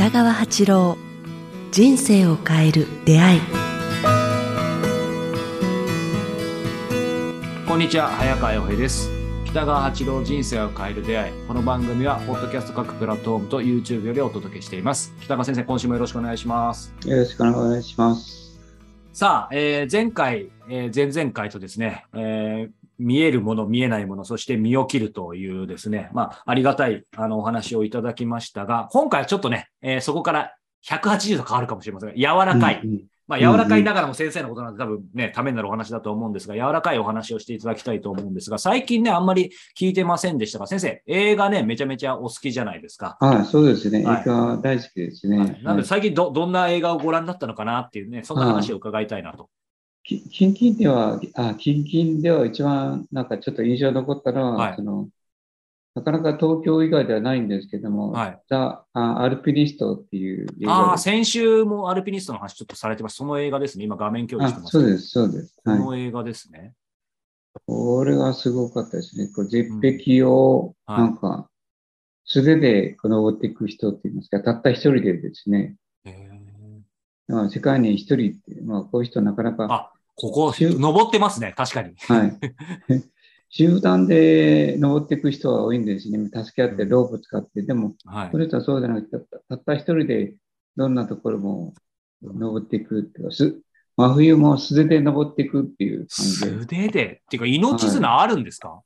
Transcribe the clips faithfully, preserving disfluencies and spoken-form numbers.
北川八郎、人生を変える出会い。 こんにちは、早川洋平です。北川八郎、人生を変える出会い。この番組はポッドキャスト各プラットフォームと YouTube よりお届けしています。北川先生、今週もよろしくお願いします。 よろしくお願いします。 さあ、えー、前回、えー、前々回とですね、えー、見えるもの、見えないもの、そして身を切るというですね、まあ、ありがたいあのお話をいただきましたが、今回はちょっとね、えー、そこからひゃくはちじゅうど変わるかもしれませんが、柔らかい。うんうん、まあ、柔らかいながらも先生のことなんで多分ね、ためになるお話だと思うんですが、柔らかいお話をしていただきたいと思うんですが、最近ね、あんまり聞いてませんでしたが、先生、映画ね、めちゃめちゃお好きじゃないですか。 はい、そうですね。 はい、 映画大好きですね。はい、 なので、最近 ど, どんな映画をご覧になったのかなっていうね、そんな話を伺いたいなと。 近々では、あ、近々では一番なんかちょっと印象に残ったのは、はい、そのなかなか東京以外ではないんですけども、はい、ザ・アルピニストっていう映画です。 ああ、先週もアルピニストの話ちょっとされてます。その映画ですね。今画面共有してますけど。 そうです、そうです。 この映画ですね。 これがすごかったですね。こう絶壁をなんか素手で登っていく人って言いますか、たった一人でですね。へー、世界に一人って、まあ、こういう人なかなか。 あ、ここ登ってますね。確かに。 はい。集団で登っていく人は多いんですね。助け合ってロープ使って。でも、はい、この人はそうじゃなくて、たった一人でどんなところも登っていくっていうか、す真冬も素手で登っていくっていう感じで。 素手でっていうか、命綱あるんですか？はい、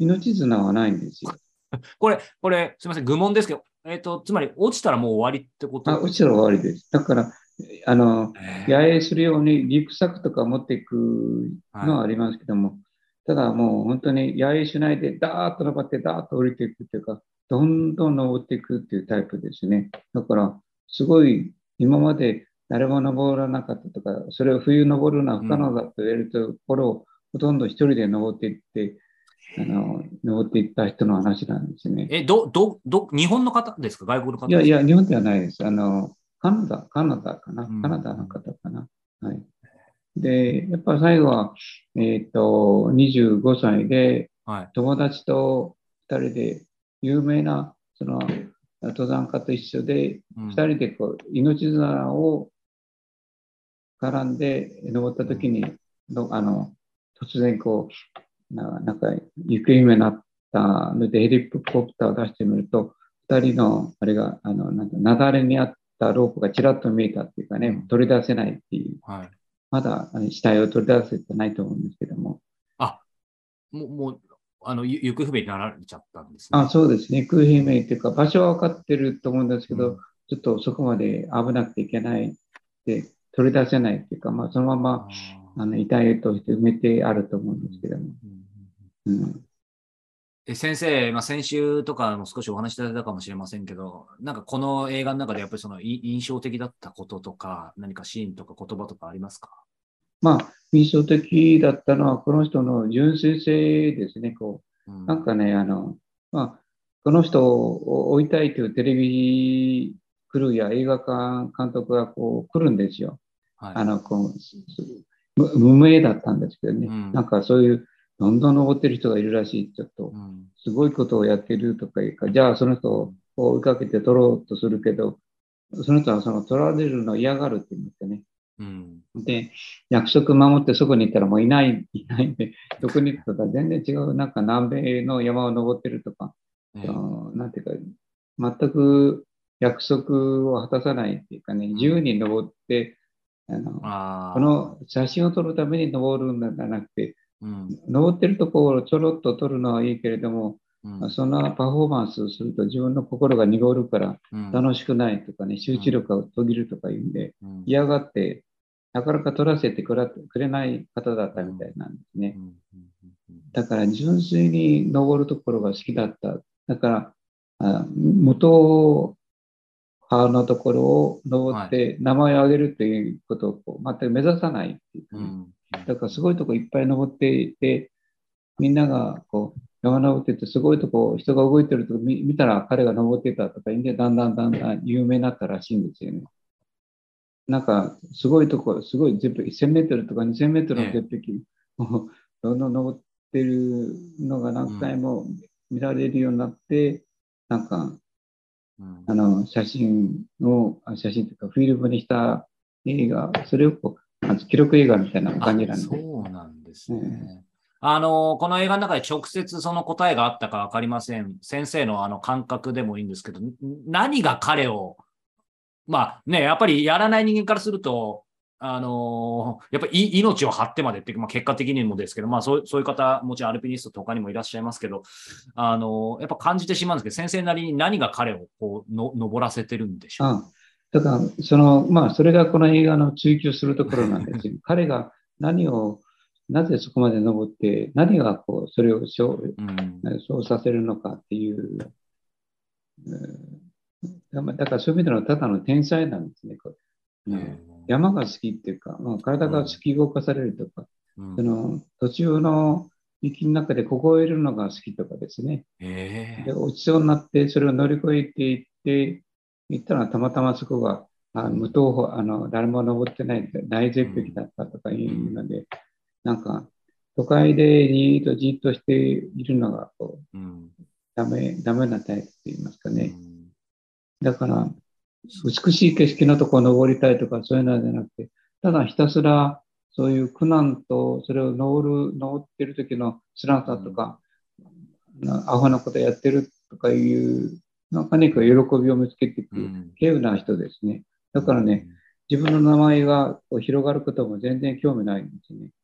命綱はないんですよ。 これ、これ、すみません、愚問ですけど、えっと、つまり落ちたらもう終わりってこと？ あ、落ちたら終わりです。だから、あの、野営するようにリュックサックとか持っていくのはありますけども、はい、ただもう本当に野営しないでダーッと登ってダーッと降りていくっていうか、どんどん登っていくっていうタイプですね。だから、すごい今まで誰も登らなかったとか、それを冬登るのは不可能だと言えるところを、ほとんど一人で登っていって、あの、登っていった人の話なんですね。 え、ど、ど、ど、日本の方ですか？外国の方ですか？いやいや、日本ではないです。あの、カナダ、カナダかな、カナダの方かな。はい。で、やっぱ最後は、えっと、にじゅうごさいで、友達とふたりで、有名な、その、登山家と一緒で、ふたりでこう、命綱を絡んで登った時に、あの、突然こう、ななんか、行方不明になったので、ヘリコプターを出してみると、ふたりの、あれが、あの、なんか、雪崩にあったロープがちらっと見えたっていうかね、うん、取り出せないっていう。はい、まだ死体を取り出せてないと思うんですけども。 あ、もう、もうあの、行方不明になられちゃったんですね。 あ、そうですね。行方不明っていうか、場所は分かってると思うんですけど、うん、ちょっとそこまで危なくていけないで、取り出せないっていうか、まあ、そのまま、あの、遺体として埋めてあると思うんですけども。うんうんうんえ先生、まあ、先週とかも少しお話しいただいたかもしれませんけど、なんかこの映画の中でやっぱりその印象的だったこととか、何かシーンとか言葉とかありますか？ まあ、印象的だったのは、この人の純粋性ですね。こう、うん、なんかね、あの、まあ、この人を追いたいというテレビクルーや映画館監督がこう来るんですよ。はい、あのこう無名だったんですけどね、うん、なんかそういうどんどん登ってる人がいるらしい、ちょっとすごいことをやってるとかいうか、じゃあその人を追いかけて取ろうとするけど、その人はその取られるのを嫌がるって言うんですよね。うん、で、約束守ってそこに行ったらもういない、いないんで、どこに行ったら全然違う、なんか南米の山を登ってるとか、うん、なんていうか、全く約束を果たさないっていうかね、自由に登って、あのあこの写真を撮るために登るんじゃなくて、うん、登ってるところをちょろっと撮るのはいいけれども、うん、そんなパフォーマンスをすると自分の心が濁るから楽しくないとかね、集中力が途切るとか言うんで、うん、嫌がってなかなか撮らせてくれない方だったみたいなんですね。だから純粋に登るところが好きだった。だからあ元川のところを登って名前を挙げるということをこう全く目指さないっていうかね。だからすごいとこいっぱい登っていて、みんながこう山登っていてすごいとこ人が動いてるとこ見たら彼が登ってたとか言ってだんだんだんだん有名になったらしいんですよね。なんかすごいところ、すごい絶壁、せんメートルとかにせんメートルの絶壁をどんどん登ってるのが何回も見られるようになって、なんかあの写真を、写真というかフィルムにした映画、それをこう記録映画みたいな感じなんで。 そうなんですね。うんあの、この映画の中で直接その答えがあったかわかりません。先生のあの感覚でもいいんですけど、何が彼を、まあね、やっぱりやらない人間からすると、あのやっぱり命を張ってまでっていうか、まあ、結果的にもですけど、まあそうそういう方、もちろんアルピニストと他にもいらっしゃいますけど、あのやっぱ感じてしまうんですけど、先生なりに何が彼をこうの登らせてるんでしょう。 ああだから、その、まあ、それがこの映画の追求するところなんですよ。彼が何を、なぜそこまで登って、何がこう、それをそう、そうさせるのかっていう、うん、だからそういう意味でのただの天才なんですね。うん、山が好きっていうか、まあ、体が突き動かされるとか、うん、その途中の雪の中で凍えるのが好きとかですね。で落ちそうになってそれを乗り越えていっていったらたまたまそこがあ無灯あの誰も登ってない大絶壁だったとかいうので、うん、なんか都会でじっとじっとしているのがこう、うん、ダメダメなタイプと言いますかね。うん、だから美しい景色のところを登りたいとかそういうのじゃなくて、ただひたすらそういう苦難とそれを登る登ってる時の辛さとか、うん、アホなことやってるとかいう中に喜びを見つけていく稀有な人ですね。だからね、自分の名前がこう広がることも全然興味ないんですね。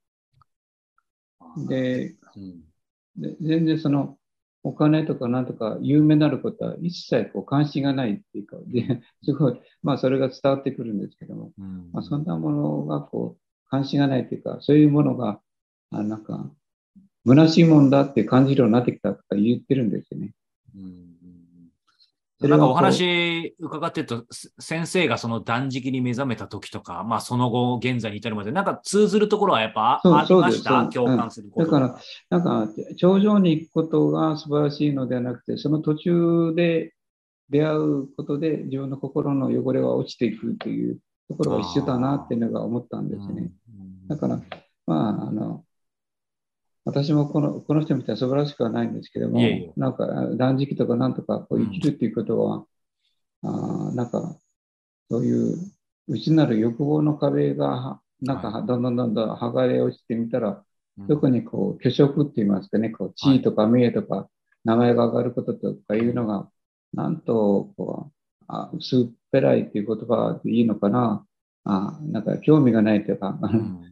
で、で全然そのお金とかなんとか有名になることは一切こう関心がないっていうか、ですごい、まあそれが伝わってくるんですけども、まあ、そんなものがこう関心がないっていうか、そういうものが、あなんか、虚しいもんだって感じるようになってきたとか言ってるんですよね。うんなんかお話伺ってると、先生がその断食に目覚めた時とか、まあその後現在に至るまで、なんか通ずるところはやっぱありました？共感すること、 うん、だから、なんか頂上に行くことが素晴らしいのではなくて、その途中で出会うことで自分の心の汚れは落ちていくというところが一緒だなっていうのが思ったんですね。だから、まあ、あの、私もこのこの人みたいに素晴らしくはないんですけども、いえいえなんか断食とかなんとかこう生きるっていうことは、うん、あなんかそういう内なる欲望の壁がなんかどんどんどんどん剥がれ落ちてみたら、はい、特にこう虚飾って言いますかね、こう地位とか名とか名前が上がることとかいうのが、はい、なんとこうあ薄っぺらいっていう言葉でいいのかな、あなんか興味がないというか、うん、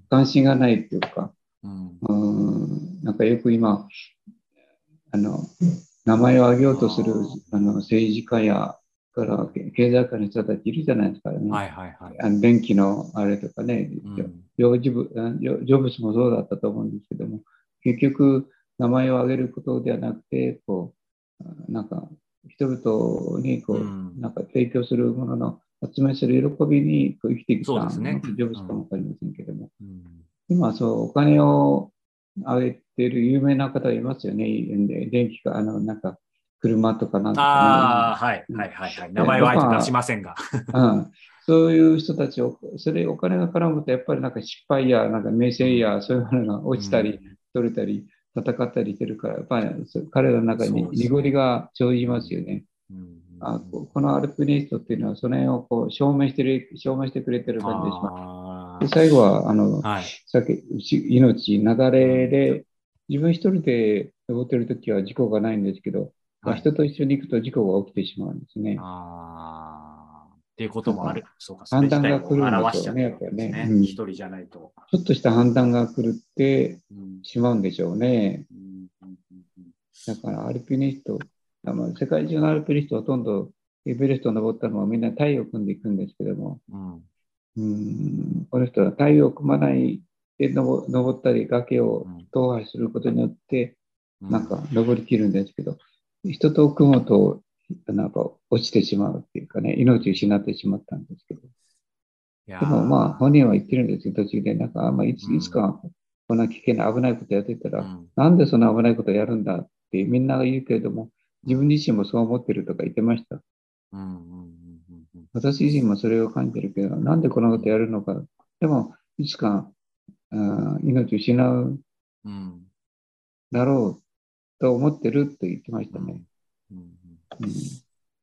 関心がないっていうか、うん、うんなんかよく今あの名前を挙げようとするあの政治家やから経済界の人たちいるじゃないですかね。はいはいはい、あの電気のあれとかね、うん、ジョジブジョブスもそうだったと思うんですけども、結局名前を挙げることではなくて、こうなんか人々にこう、うん、なんか提供するものの集めする喜びにこう生きてきたのがジョブスかもわかりませんけども、うん、今そうお金を挙げている有名な方いますよね。電気かあのなんか車とかなんとかね。 ああ、はいはいはいはい。名前はあえて出しませんが。 うん、そういう人たちを、それお金が絡むと、やっぱりなんか失敗や、なんか名声や、うん、そういうものが落ちたり、うん、取れたり、戦ったりしてるから、やっぱり彼らの中に濁りが生じますよね。うんうん、あこのアルピニストっていうのは、その辺をこう証明してる、証明してくれてる感じでします。で最後は、あの、はい、さっき、命、雪崩で、自分一人で登ってるときは事故がないんですけど、はい、人と一緒に行くと事故が起きてしまうんですね。 ああ、っていうこともある。そうか、 判断が来るんでしょうね、やっぱりね。うん、 一人じゃないと。 ちょっとした判断が狂ってしまうんでしょうね。だからアルピニスト、世界中のアルピニストほとんどエベレストを登ったのはみんな太陽を組んでいくんですけども、うん、うんこの人は太陽を組まないで登ったり崖を踏破することによってなんか登りきるんですけど、人と組むとなんか落ちてしまうっていうかね、命を失ってしまったんですけど。でもまあ本人は言ってるんですよ、途中で。なんか、まあ、いついつかこんな危険な危ないことやってたら、うん、なんでそんな危ないことやるんだってみんなが言うけれども、自分自身もそう思ってるとか言ってました。私自身もそれを感じてるけど、なんでこんなことやるのか。でも、いつかあ命を失うだろうと思ってると言ってましたね。うんうんうん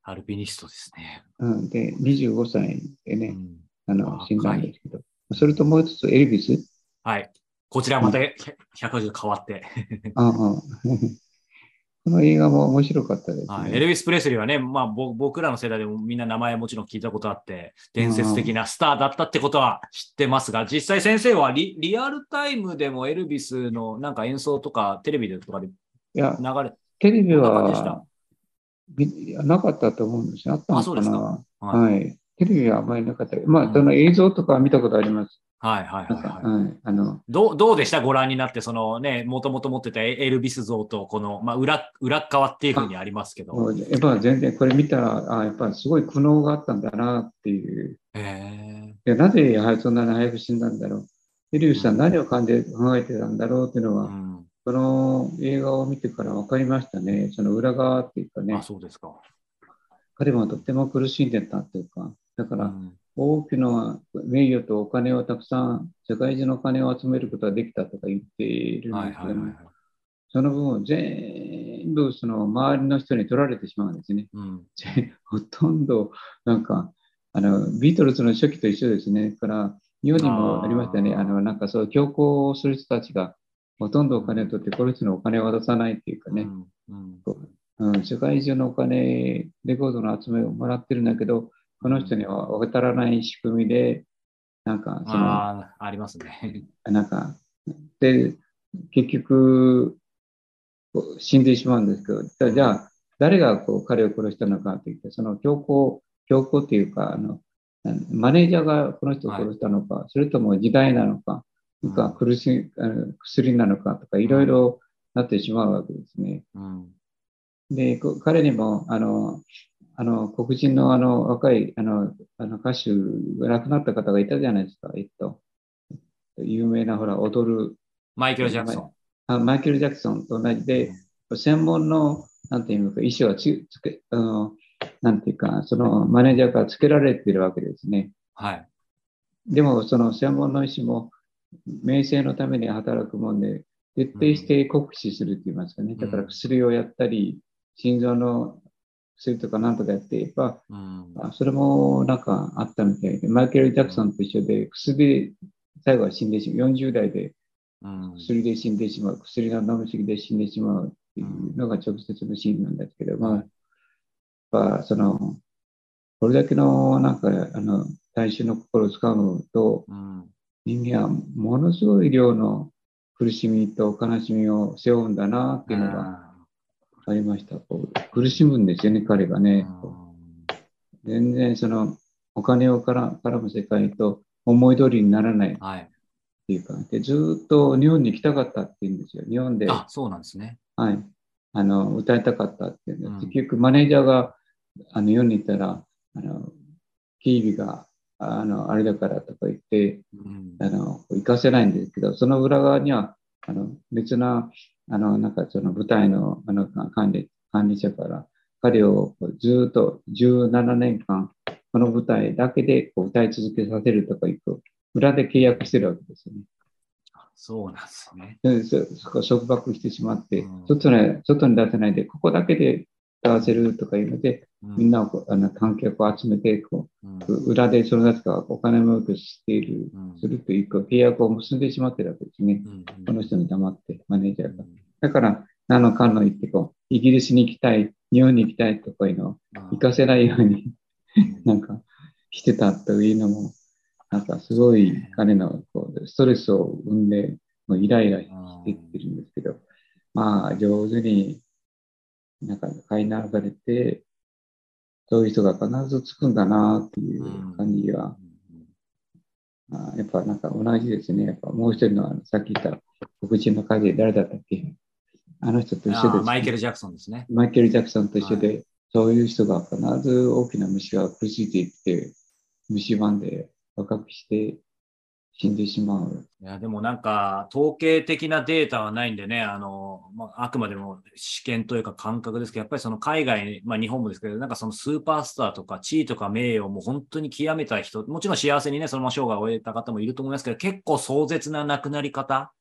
アルピニストですね。 うん、で、にじゅうごさいでね、 うん、 あの死んだんですけど、それともう一つ、エルビス。 はい。こちらまたひゃくはちじゅうど変わって。 ああこの映画も面白かったですはい、エね。 ルヴィス・プレスリーはね、まあ、僕らの世代でもみんな名前もちろん聞いたことあって、伝説的なスターだったってことは知ってますが、実際先生は リ, リアルタイムでもエルヴィスのなんか演奏とかテレビでとかで流いや、 れ、 テレビどんな感じでした？ はなかったと思うんですよ。あったあ、 のかな。 そうですか。はい。 はい。テレビはあまりなかった。まあ、 うん、 その映像とかは見たことあります。 はいはいなんか、 はいはい。 はい。あの、 どう、どうでしたご覧になって、そのね、もともと持ってたエルビス像と、この、まあ、裏、裏っ側っていうふうにありますけど。 もうやっぱ全然これ見たら、あやっぱりすごい苦悩があったんだなっていう。 へえ。 でなぜやはりそんなに早く死んだんだろう。エリウスさんうん。 何を考え考えてたんだろうっていうのは、 うん。 この映画を見てから分かりましたね。その裏側っていうかあ、 ね、 そうですか。 彼もとっても苦しんでたっていうか、だからうん。 大きな名誉とお金をたくさん、世界中のお金を集めることができたとか言っているんはいですけども、 はいはいはい。 その分を全部その周りの人に取られてしまうんですね。 うん。 ほとんど、なんか、あの、ビートルズの初期と一緒ですね。から、日本にもありましたね。ああの、なんかそう強行する人たちが、ほとんどあ。 お金を取って、この人のお金を渡さないっていうかね、 うん。うん。 こううん、世界中のお金、レコードの集めをもらってるんだけど、この人うん。 には渡らない仕組みで、なんか、その、 ああ、ありますね。 なんか、で、結局、死んでしまうんですけど、じゃうん。 あ、誰がこう彼を殺したのかといって、その強行、強行っていうか、あの、マネージャーがこの人をはい。 殺したのか、それとも時代なのか、なんかうん。 苦しいあの薬なのかとか、いうん。 ろいろなってしまうわけですね。 うん。 で、彼にも、あの、あの黒人のあの若いあのあの歌手が亡くなった方がいたじゃないですか、えっと、有名なほら、踊る、 マイケル・ジャク名前ソあマイケル・ジャクソンと同じン。うで、 ん。 専門の、なんていうか、衣装はつつけ、あの、なんていうか、そのマネージャーからつけられているわけですね。 はい。 でも、その専門の医師も、名声のために働くもんで、徹底しうん。 て酷使するって言いますかね。だからうん。 薬をやったり、心臓の薬とかなんとかやって、やっぱ、 うん。 それもなんかあったみたいで、マイケル・ジャクソンと一緒で、薬で最後は死んでしまう。よんじゅう代でうん。 薬で死んでしまう。薬の飲みすぎで死んでしまうってうん。 いうのが直接のシーンなんですけども、 はい。 やっぱその、これだけのなんか、あの、大衆の心をつかむと、 うん。 人間はものすごい量の苦しみと悲しみを背負うんだなっていうのがあありました。こう苦しむんですよね、彼がー、うね。 ん。 全然そのお金を絡絡む世界と思い通りにならないっはい。 ていうか、でずっと日本に来たかったっていうんですよ。日本で、 あ、そうなんですね。 はい、あの歌いたかったっていうんで、結うん。 局マネージャーがあの日本に行ったら、あの警備があのあれだからとか言って、 うん。 あの行かせないんですけど、その裏側にはあの別な、あのなんかその舞台のあの管理管理者から彼をずっとじゅうななねんかん、この舞台だけでこう歌い続けさせるとか言うと、裏で契約してるわけですよね。 そうなんですね。 でそそこ束縛してしまって、 うん。 外に外に出せないで、ここだけで歌わせるとかいうので、 うん。 みんなをこうあの観客を集めてこうん。 う、裏でその人がお金儲けしている、 うん。 するというか契約を結んでしまっているわけですね。 うん。 この人に黙って、マネージャーが。 うん。 だから、何のかんの言ってこう、イギリスに行きたい、日本に行きたいとかいうのを行かせないように、なんかしてたというのも、なんかすごい彼のこうストレスを生んで、もうイライラしていってるんですけど、まあ上手になんか飼いならされて、そういう人が必ずつくんだなっていう感じが、まあ、やっぱなんか同じですね。やっぱもう一人のあのさっき言った黒人の影誰だったっけ、あの人と一緒ああ、 ですね。 マイケル・ジャクソンですね。 マイケル・ジャクソンと一緒はい。 で、そういう人が必ず大きな虫が食いついていって、蝕んで若くして死んでしまう。 いや、でもなんか、統計的なデータはないんでね、あの、まあ、あくまでも試験というか感覚ですけど、やっぱりその海外、まあ日本もですけど、なんかそのスーパースターとか地位とか名誉も本当に極めた人、もちろん幸せにね、そのまま生涯を終えた方もいると思いますけど、結構壮絶な亡くなり方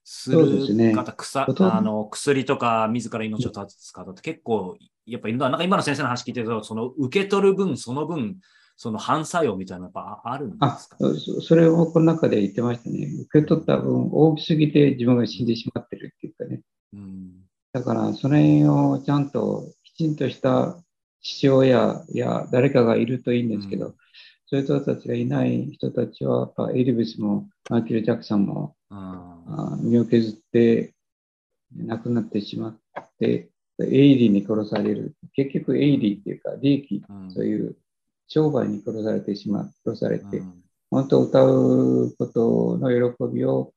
するそうですね方、草ほとんどあの薬とか自ら命を絶つ方って結構、やっぱりなんか今の先生の話聞いてると、その受け取る分、その分、その反作用みたいなのやっぱあるんであ、 すか？ そそれをこの中で言ってましたね。受け取った分大きすぎて自分が死んでしまってるっていうかね。 うん。 だからそれをちゃんときちんとした父親や誰かがいるといいんですけど、 うんそういう人たちがいない人たちは、やっぱエルビスもマイケル・ジャクソンもああ身を削って亡くなってしまって、エイリーに殺される。結局エイリーっていうか、利益、 うんそういう商売に殺されてしまう、殺されて、 うん本当歌うことの喜びを、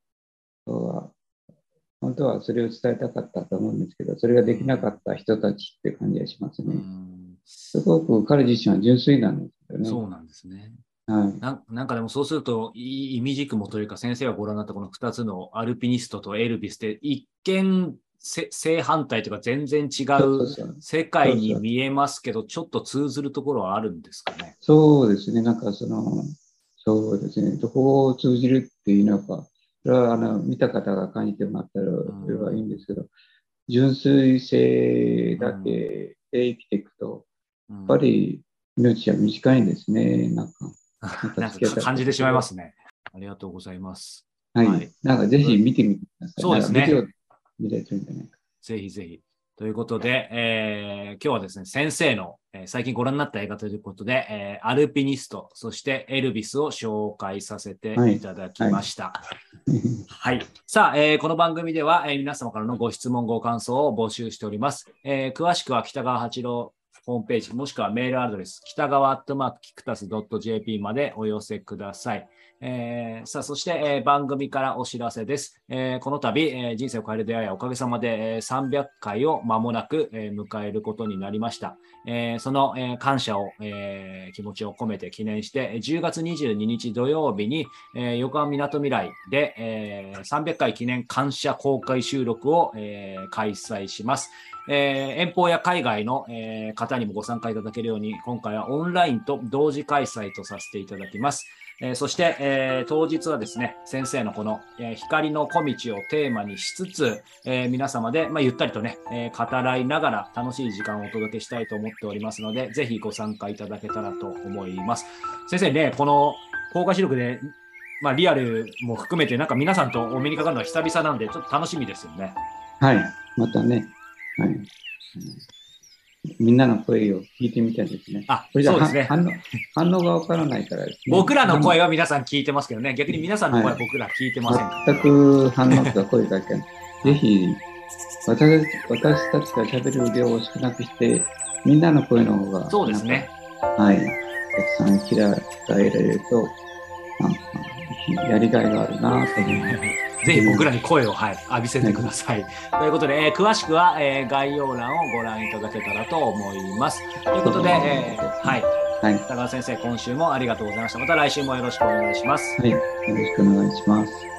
本当はそれを伝えたかったと思うんですけど、それができなかった人たちって感じがしますうね。 んすごく彼自身は純粋なんですよね。 そうなんですね。 はい。 ななんかでもそうすると、い意味軸もというか、先生がご覧になったこのふたつのアルピニストとエルビスって一見せ正反対というか全然違そううそうそう世界に見えますけど、ちょっと通ずるところはあるんですかね。 そうですね。なんかその、そうですね。どこを通じるっていうのは、それはあの見た方が感じてもらったらばいいんですけど、純粋性だけで生きていくと、 うんやっぱり命は短いんですね。なんか、 なんか感じてしまいますね。ありがとうございます。 はい。 はいなんかぜひ見てみてください。 そうですねなんかビデオ見れてるんじゃないか。 ぜひぜひ。ということで、えー今日はですね、先生の、えー最近ご覧になった映画ということで、えーアルピニスト、そしてエルビスを紹介させていただきました。はい。さあ、えーこの番組では、えー皆様からのご質問、ご感想を募集しております。えー詳しくは北川八郎ホームページ、もしくはメールアドレス、北川アットマークキクタス .jp までお寄せください。えーさあ、そして、えー番組からお知らせです。えーこの度、えー人生を変える出会いはおかげさまで、えーさんびゃっかいを間もなく、えー迎えることになりました。えーその、えー感謝を、えー気持ちを込めて記念して、じゅうがつにじゅうににち土曜日に、えー横浜みなとみらいで、えーさんびゃっかい記念感謝公開収録を、えー開催します。えー遠方や海外の、えー方にもご参加いただけるように、今回はオンラインと同時開催とさせていただきます。えーそして、えー当日はですね、先生のこの、えー光の小道をテーマにしつつ、えー皆様で、まあ、ゆったりとね、えー語らいながら楽しい時間をお届けしたいと思っておりますので、ぜひご参加いただけたらと思います。先生ね、この公開収録で、まあ、リアルも含めて、なんか皆さんとお目にかかるのは久々なんで、ちょっと楽しみですよね。 はい。またね、はい。うんみんなの声を聞いてみたいですね。 あ、 これじゃそうですね。 反応反応がわからないからですね。 僕らの声は皆さん聞いてますけどね、逆に皆さんの声は僕ら聞いてませんから。 全く反応とか声がけない。ぜひ私、私たちが喋る量を少なくして、みんなの声の方が、 そうですね。 はい。たくさん聞らえられると、なんかやりがいがあるなと思います。 ぜひ僕らに声を、はい、浴びせてください。ということで、えー詳しくは、えー概要欄をご覧いただけたらと思います。ということで、えーはい。 はい。 北川先生、今週もありがとうございました。また来週もよろしくお願いします。 はい。よろしくお願いします。